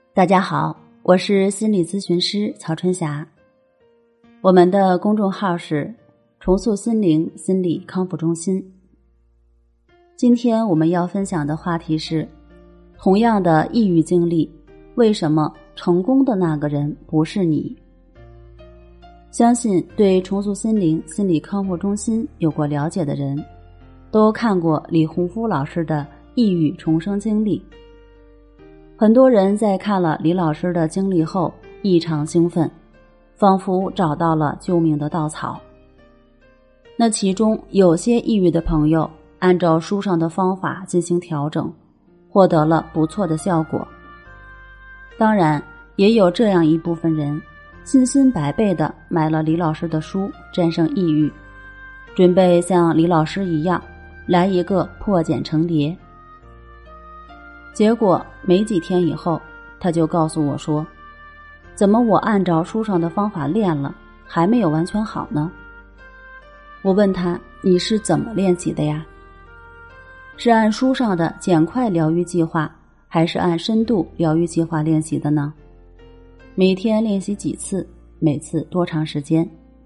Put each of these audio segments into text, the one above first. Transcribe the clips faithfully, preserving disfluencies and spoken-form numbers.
大家好，我是心理咨询师曹春霞。我们的公众号是重塑心灵心理康复中心。今天我们要分享的话题是，同样的抑郁经历，为什么成功的那个人不是你？相信对重塑心灵心理康复中心有过了解的人，都看过李洪福老师的抑郁重生经历。很多人在看了李老师的经历后异常兴奋，仿佛找到了救命的稻草。那其中有些抑郁的朋友按照书上的方法进行调整，获得了不错的效果。当然也有这样一部分人信心百倍地买了李老师的书战胜抑郁，准备像李老师一样来一个破茧成蝶。结果没几天以后，他就告诉我说，怎么我按照书上的方法练了，还没有完全好呢？我问他，你是怎么练习的呀？是按书上的简快疗愈计划，还是按深度疗愈计划练习的呢？每天练习几次，每次多长时间？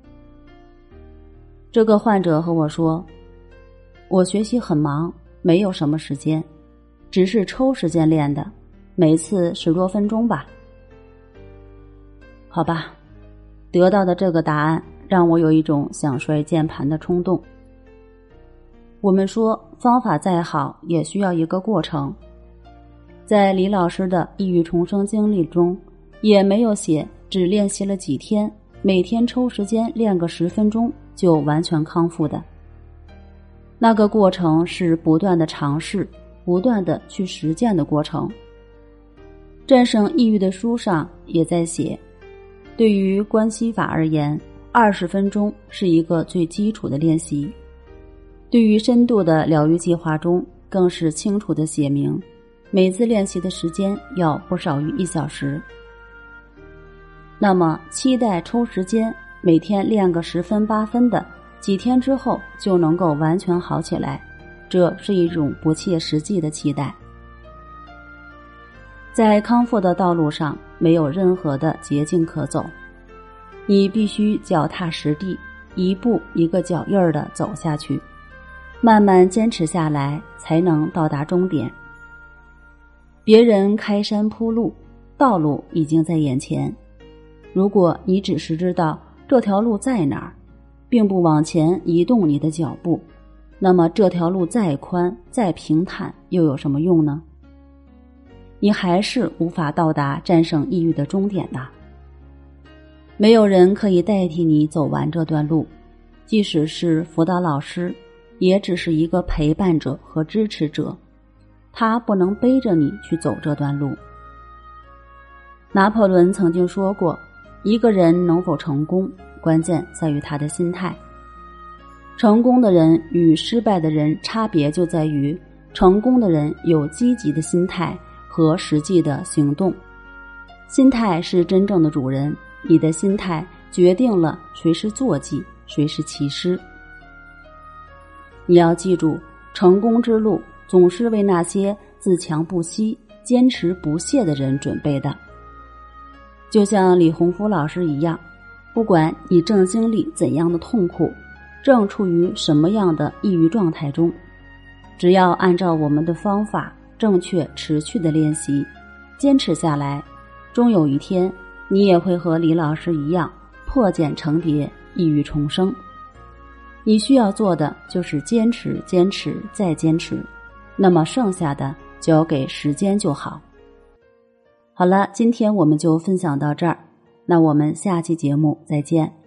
这个患者和我说，我学习很忙，没有什么时间，只是抽时间练的，每次十多分钟吧。好吧，得到的这个答案让我有一种想摔键盘的冲动。我们说方法再好也需要一个过程，在李老师的抑郁重生经历中也没有写只练习了几天，每天抽时间练个十分钟就完全康复的。那个过程是不断的尝试，不断的去实践的过程。战胜抑郁的书上也在写，对于关系法而言，二十分钟是一个最基础的练习。对于深度的疗愈计划中，更是清楚地写明，每次练习的时间要不少于一小时。那么期待抽时间每天练个十分八分的，几天之后就能够完全好起来，这是一种不切实际的期待。在康复的道路上，没有任何的捷径可走，你必须脚踏实地，一步一个脚印儿地走下去，慢慢坚持下来，才能到达终点。别人开山铺路，道路已经在眼前，如果你只是知道这条路在哪儿，并不往前移动你的脚步，那么这条路再宽再平坦又有什么用呢？你还是无法到达战胜抑郁的终点的。没有人可以代替你走完这段路，即使是辅导老师，也只是一个陪伴者和支持者，他不能背着你去走这段路。拿破仑曾经说过，一个人能否成功，关键在于他的心态。成功的人与失败的人差别就在于，成功的人有积极的心态和实际的行动。心态是真正的主人，你的心态决定了谁是坐骑，谁是骑师。你要记住，成功之路总是为那些自强不息、坚持不懈的人准备的。就像李洪福老师一样，不管你正经历怎样的痛苦，正处于什么样的抑郁状态中，只要按照我们的方法正确持续的练习，坚持下来，终有一天你也会和李老师一样破茧成蝶，抑郁重生。你需要做的就是坚持坚持再坚持，那么剩下的交给时间就好。好了，今天我们就分享到这儿，那我们下期节目再见。